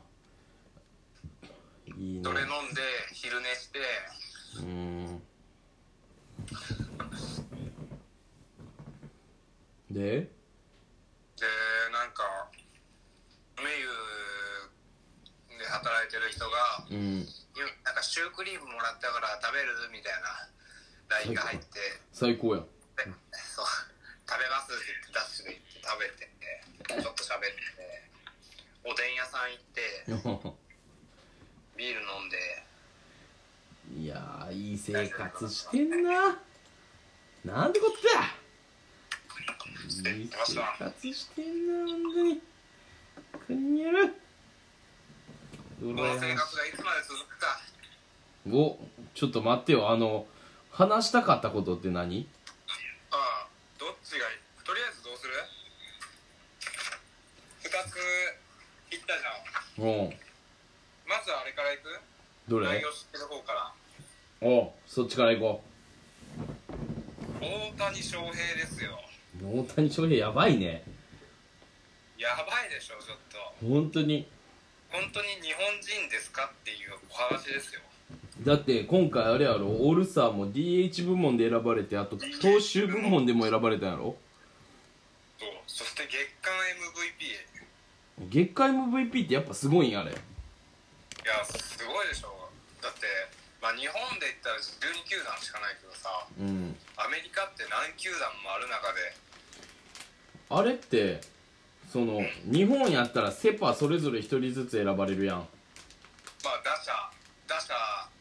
ぁいいなぁ。 それ飲んで昼寝して、 うーんででなんかメユで働いてる人が、 うんなんかシュークリームもらったから食べるみたいな ライン が入って最高やん。 でそう食べますって言ってダッシュで行って食べてちょっと喋っておでん屋さん行ってビール飲んで。 いやーいい生活してんな。なんてこったいい生活してんな、ほんとにくにゃる。 この生活がいつまで続くか。 おちょっと待ってよ、あの話したかったことって何？ ああどっちがいい？とりあえずどうする？ふたつ言ったじゃん。 おうまずあれからいく？ どれ？ 内容知ってる方から。 おうそっちから行こ大谷翔平ですよ。 う。大谷翔平やばいね。 やばいでしょちょっと。 本当に。 本当に日本人ですかっていうお話ですよ。 だって今回あれやろ、オールスターも ディーエイチ 部門で選ばれて、あと投手部門でも選ばれたんやろ。 そうそして月間 エムブイピー。 月間 エムブイピー ってやっぱすごいんやあれ。 いやすごいでしょ。だって、まあ、日本で言ったらじゅうに球団しかないけどさ、 うんアアメリカって何球団もある中で、 あれってその、うん、日本やったらセ・パそれぞれひとりずつ選ばれるやん。 まあ打者打者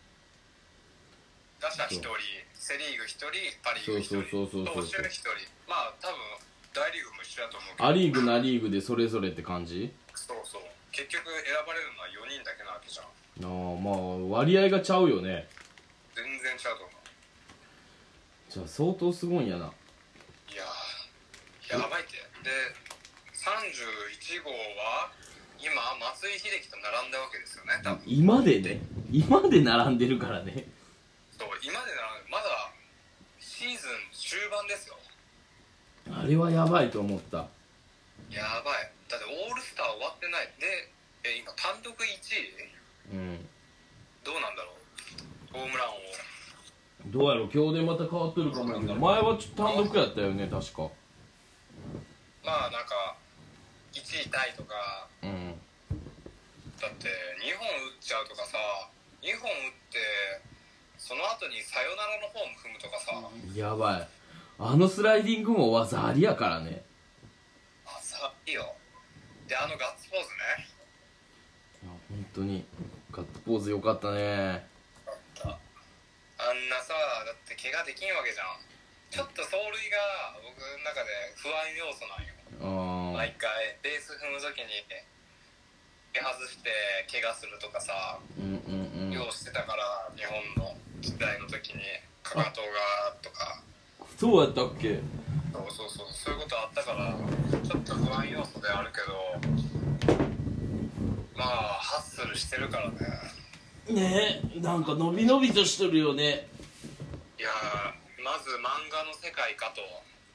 打者ひとり、セ・リーグひとり、パ・リーグひとり、投手ひとり。まあ多分大リーグも一緒だと思うけど、 ア・リーグナ・リーグでそれぞれって感じ。 そうそう、結局選ばれるのはよにんだけなわけじゃん。 ああ、まあ割合がちゃうよね。 全然ちゃうと思う。 じゃあ相当すごいんやな。 いやー、やばいって。でさんじゅういちごうは今松井秀喜と並んだわけですよね、多分。 今でね、今で並んでるからね。 そう、今で並んで、まだシーズン終盤ですよ。 あれはやばいと思った。 やばい。だってオールスター終わってないで、え今単独いちい。 うん、 どうなんだろう、ホームランを。 どうやろう、今日でまた変わってるかもやけど、前はちょっと単独やったよね、確か。 まあなんかいちいタイとか、 うん、 だってにほん打っちゃうとかさ、にほん打ってその後にサヨナラのフォーム踏むとかさ、 やばい。あのスライディングも技ありやからね。 技ありよ。であのガッツポーズね。 いや本当にガッツポーズよかったね。 あんなさ、だって怪我できんわけじゃん。ちょっと走塁が僕の中で不安要素なんよ。毎回ベース踏むときに外して怪我するとかさ、うんうんうん、ようしてたから、日本の時代の時にかかとがとか。 そうやったっけ。 そうそうそう、そういうことあったからちょっと不安要素であるけど、まあハッスルしてるからね。 ねえ、なんか伸び伸びとしとるよね。 いやー、まず漫画の世界かと。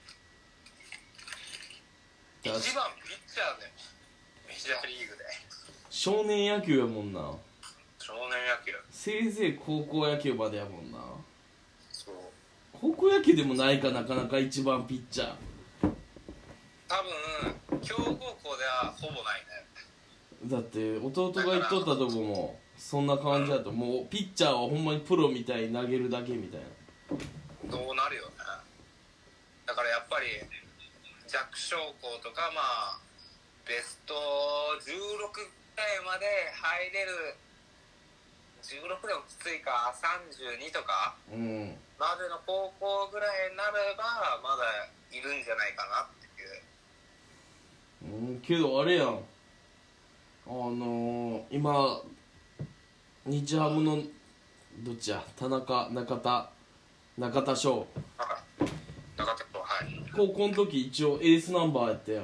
一番ピッチャーでメジャーリーグで少年野球やもんな。 少年野球、 せいぜい高校野球までやもんな。 そう、 高校野球でもないか、なかなか一番ピッチャー。 多分強豪校ではほぼないね。 だって弟が言っとったとこもそんな感じだと、もうピッチャーはほんまにプロみたいに投げるだけみたいな。 どうなるよね。だからやっぱり弱小校とか、まあベストじゅうろくぐらいまで入れる、じゅうろくでもきついか、さんじゅうにとか、うん、までの高校ぐらいになればまだいるんじゃないかなっていう。 うん、けどあれやん、あのー、今日ハムのどっちや、田中中田中田翔、 中田翔、はい、 高校の時一応エースナンバーやったやん。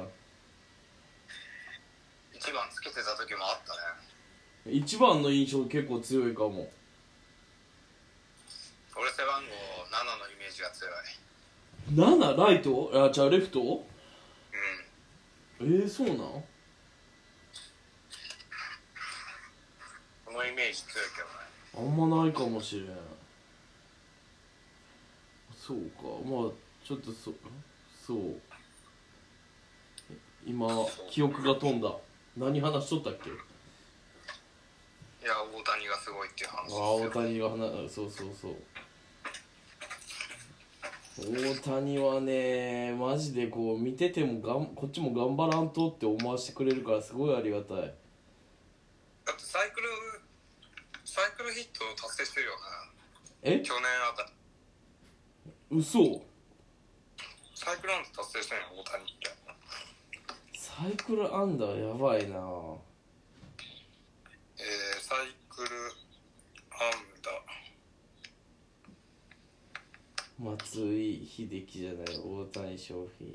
いちばんつけてた時もあったね。 いちばんの印象結構強いかも。 俺背番号ななのイメージが強い。 なな？ライト？あ、じゃあレフト？うん。えー、そうなん？このイメージ強いけどね。 あんまないかもしれん。そうか、まあちょっとそそう今記憶が飛んだ。何話しとったっけ。 いや、大谷がすごいっていう話ですよ。 ああ、大谷が話、そうそうそう、大谷はね、マジでこう見ててもがんこっちも頑張らんとって思わせてくれるから、すごいありがたい。 だってサイクルサイクルヒット達成してるよね。 え、 去年あたり。 嘘。 サイクルアンダー達成してんよ、大谷って。 サイクルアンダーやばいな。 えー、サイクルアンダー松井秀喜じゃない、大谷翔平。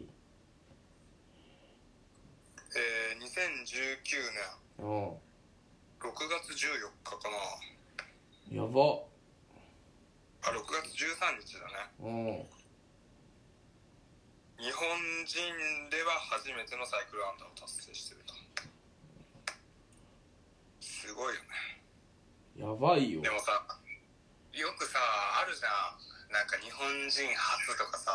えー、にせんじゅうきゅうねんろくがつじゅうよっかかな。 やば。 あ、ろくがつじゅうさんにちだね。うん。日本人では初めてのサイクルアンダーを達成してると。すごいよね。 やばいよ。 でもさ、よくさあるじゃん、なんか日本人初とかさ、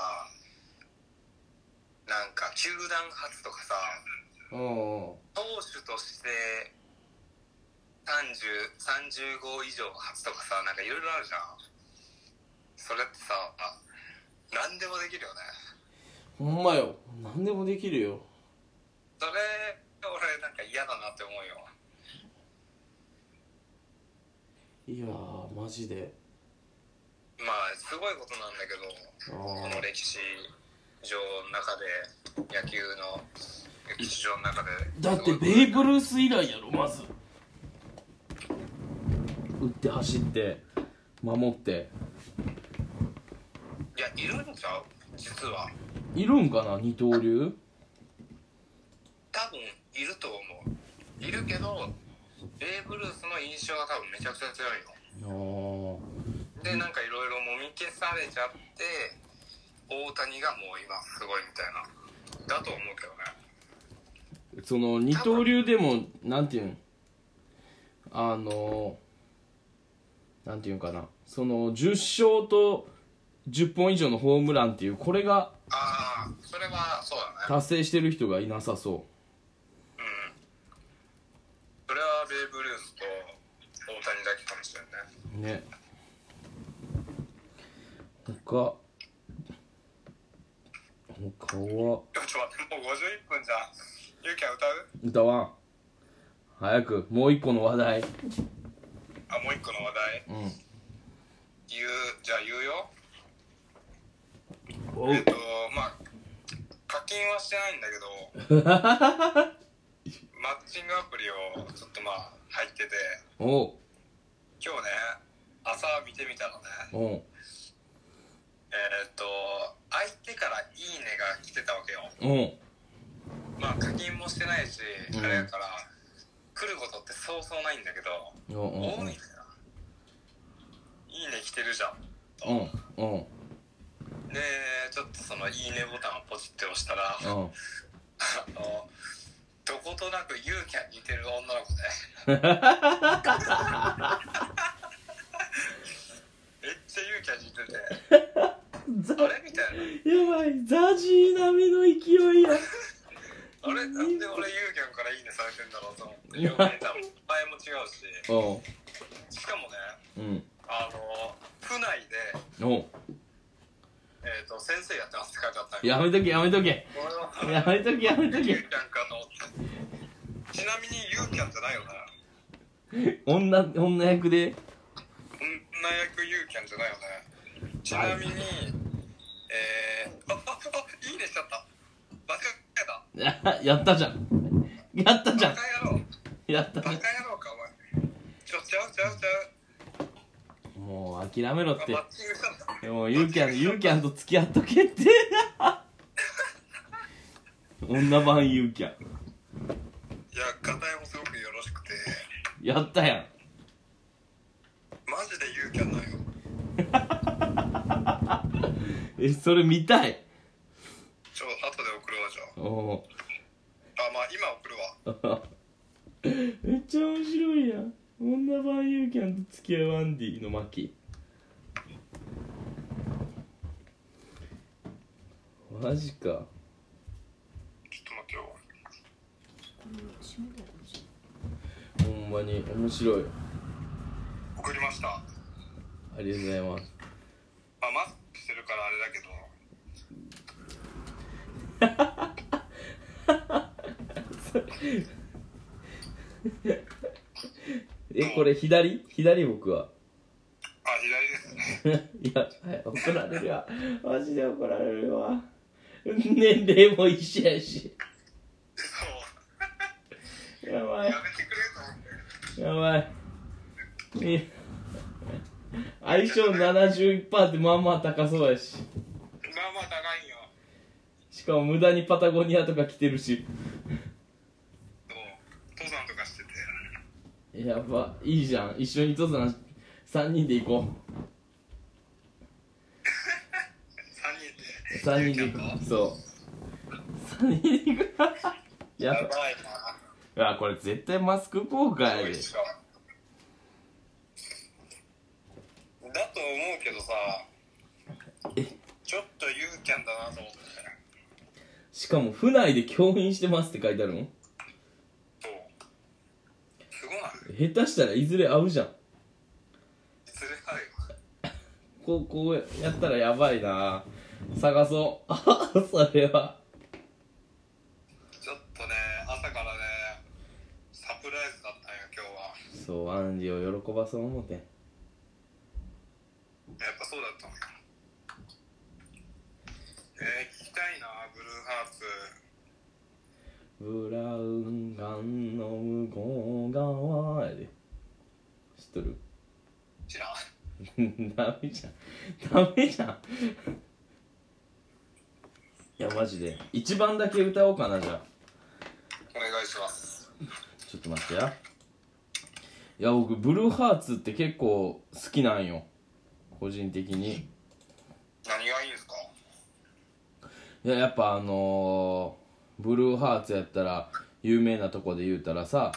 なんか球団初とかさ、うん、投手としてさんじゅう、さんじゅうごう以上初とかさ、なんかいろいろあるじゃん。それってさ、 何でもできるよね。 ほんまよ、何でもできるよ。 それ俺なんか嫌だなって思うよ。 いやーマジでまあすごいことなんだけど、この歴史上の中で、野球の歴史上の中で、 だってベイブルース以来やろ。まず打って走って守って。 いや、いるんちゃう実は。 いるんかな、二刀流。 多分いると思う。いるけどベーブ・ルースの印象が多分めちゃくちゃ強いの。でなんかいろいろもみ消されちゃって大谷がもう今すごいみたいなだと思うけどね。 その二刀流でもなんていうんあのなんていうんかな、そのじゅっ勝とじゅっぽん以上のホームランっていうこれがああそれはそうだね。 達成してる人がいなさそう。 それはベーブ・ルースと大谷だけかもしれないね。 ね。他他は。ちょっと待って、もうごじゅういっぷんじゃん。ゆうきゃん歌う？ 歌わん。早くもう一個の話題。 あ、もう一個の話題。 うん。 言うじゃあ言うよ。 おう。 えっとまあ課金はしてないんだけど。マッチングアプリをちょっとまあ入ってて、 おう今日ね朝見てみたのね。 おうえー、っと相手からいいねが来てたわけよ。 おうまあ課金もしてないし、 うん、 あれやから来ることってそうそうないんだけど、 おうおうおうおみたいな、いいね来てるじゃんと。 おうおうでちょっとそのいいねボタンをポチって押したら、 おうあのどことなくユーキャンに似てる女の子でめっちゃユーキャンに似ててあれみたいな。やばい、ザジー並みの勢いや。 あれなんで俺ユーキャンからいいねされてんだろうと思ってよく見たら前も違うし、 おうしかもね、 うん、 あの府内でおうえっ、ー、と先生やってますって書いてあったんよ。 やめとけやめとけやめとけやめとけ。 ユーキャンかと思って。ちなみにユーキャンじゃないよな。 女女役で女役ユーキャンじゃないよね。ちなみにえー、あああいいねしちゃった。間違えた。 やったじゃんやったじゃんバカ野郎やったバカ野郎かお前。ちょちゃうちゃうちゃう。 もう諦めろって。 マッチングしたんだ。 でもユーキャンユーキャンと付き合っとけって女版ユーキャン。 いやガタイもすごくよろしくてやったやん。 マジでユーキャンなんよ。 え、それ見たい。 ちょ後で送るわじゃあ。 おおあまあ今送るわ。 めっちゃ面白いやん。女版ユーキャンと付き合うアンディの巻。マジか。 ちょっと待ってよ。 ほんまに面白い。 送りました。 ありがとうございます。 あマスクしてるからあれだけどえ、これ左左僕は。 あ左ですね。 いや、はい、怒られるわ。マジで怒られるわ。年齢も一緒やし。 そうやばい。 やめてくれと思って。 やばい。え相性 ななじゅういちパーセント ってまあまあ高そうやし。 まあまあ高いんよ。 しかも無駄にパタゴニアとか着てるし。 そう登山とかしてて。 やば、いいじゃん。一緒に登山さんにんで行こう。さんにんで行こう。そうさんにんで行くやばいやばいな。あ、これ絶対マスク効果やで。 な。だと思うけどさ、 えちょっとユーキャンだなと思って。 しかも府内で教員してますって書いてあるの。 そうすごない？ 下手したらいずれ会うじゃん。 いずれあるよ。 こうこうやったらやばいな。 探そうそれはちょっとね朝からねサプライズだったんよ今日は。 そうアンジを喜ばそう思って。 やっぱそうだったのか。えー、聞きたいなブルーハーツ。 ブラウン管の向こう側やで。知っとる？ 知らんダメじゃんダメじゃんいやマジで一番だけ歌おうかな。じゃあお願いします。 ちょっと待ってや。いや僕ブルーハーツって結構好きなんよ個人的に。 何がいいんですか？ いややっぱあのー、ブルーハーツやったら有名なとこで言うたらさ、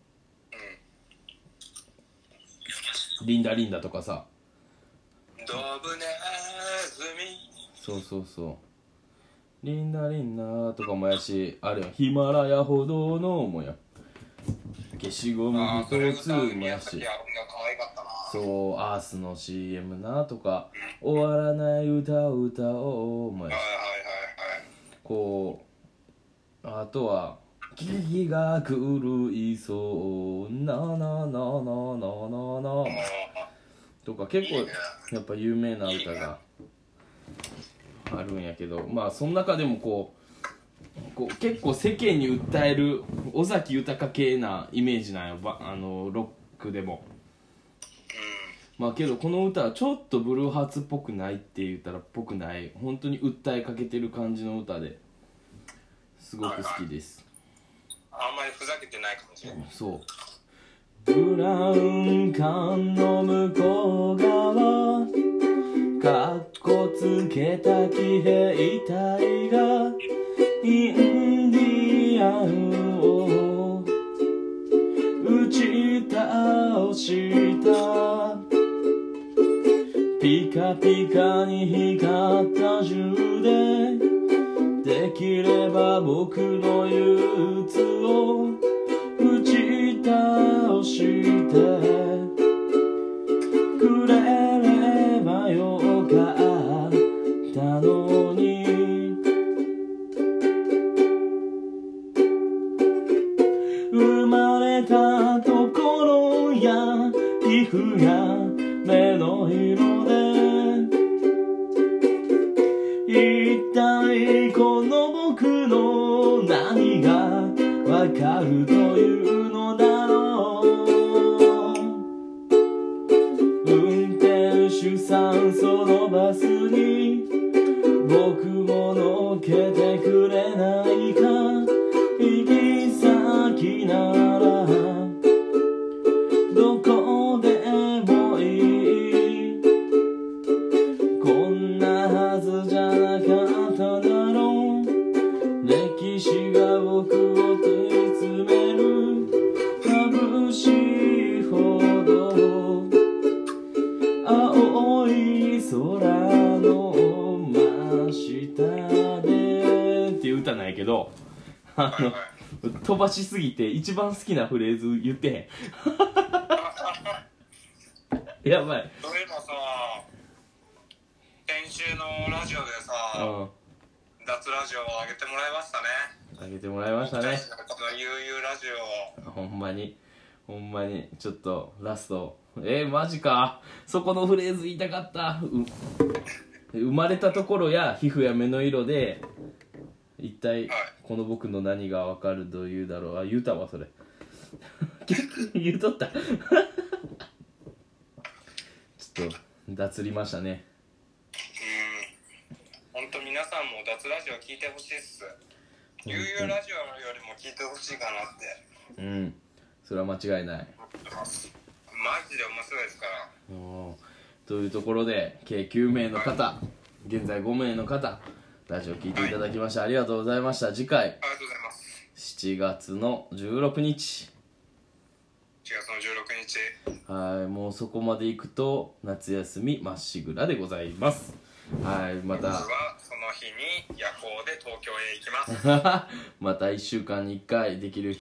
うん、リンダリンダとかさ、 ドブネズミ、 そうそうそうリンダリンダとかもやし、あれよヒマラヤほどのもや消しゴム一つもやし、そうアースの シーエム なとか、終わらない歌を歌おうもやし、こうあとは気が狂いそうなななななななとか結構やっぱ有名な歌があるんやけど、まあその中でもこうこう結構世間に訴える尾崎豊系なイメージなんよ、あのロックでも。まあけどこの歌はちょっとブルーハーツっぽくないって言ったらっぽくない、本当に訴えかけてる感じの歌ですごく好きです、 はいはい、あんまりふざけてないかもしれない。 そうブラウン管の向こう側、かっこつけた騎兵隊がインディアンを打ち倒した。ピカピカに光った銃でできれば僕の憂鬱を打ち倒してくれればよかったのに。生まれたところや皮膚や目の色で一体この僕の何がわかるというのだろう。運転手さんそのバスに僕も乗っけてくれないか。行き先ならどこでもいい。こんなはずじゃなかっただろう。歴史が僕を問い詰める。眩しいほど青い空の真下でっていう歌なんやけど、あの飛ばしすぎて一番好きなフレーズ言ってへんやばい。 そういえばさ、先週のラジオでさ、うん、脱ラジオを上げてもらいましたね。 上げてもらいましたね。 ゆうゆうラジオ。 ほんまにほんまにちょっとラスト、えー、マジか。そこのフレーズ言いたかった。う生まれたところや皮膚や目の色で一体この僕の何が分かるというだろう。あ、言うたわそれ言うとったちょっと脱りましたね。 うん、ほんと皆さんも脱ラジオ聞いてほしいっす。ゆうゆうラジオよりも聞いてほしいかなって。 うん、それは間違いない。 マジで面白いですから。 おというところで計きゅうめいの方、はい、現在ごめいの方ラジオ聞いていただきまして、はい、ありがとうございました。次回ありがとうございます。 しちがつのじゅうろくにちしちがつのじゅうろくにち、 はい、もうそこまで行くと夏休みまっしぐらでございます。はい、また僕はその日に夜行で東京へ行きますまたいっしゅうかんにいっかいできる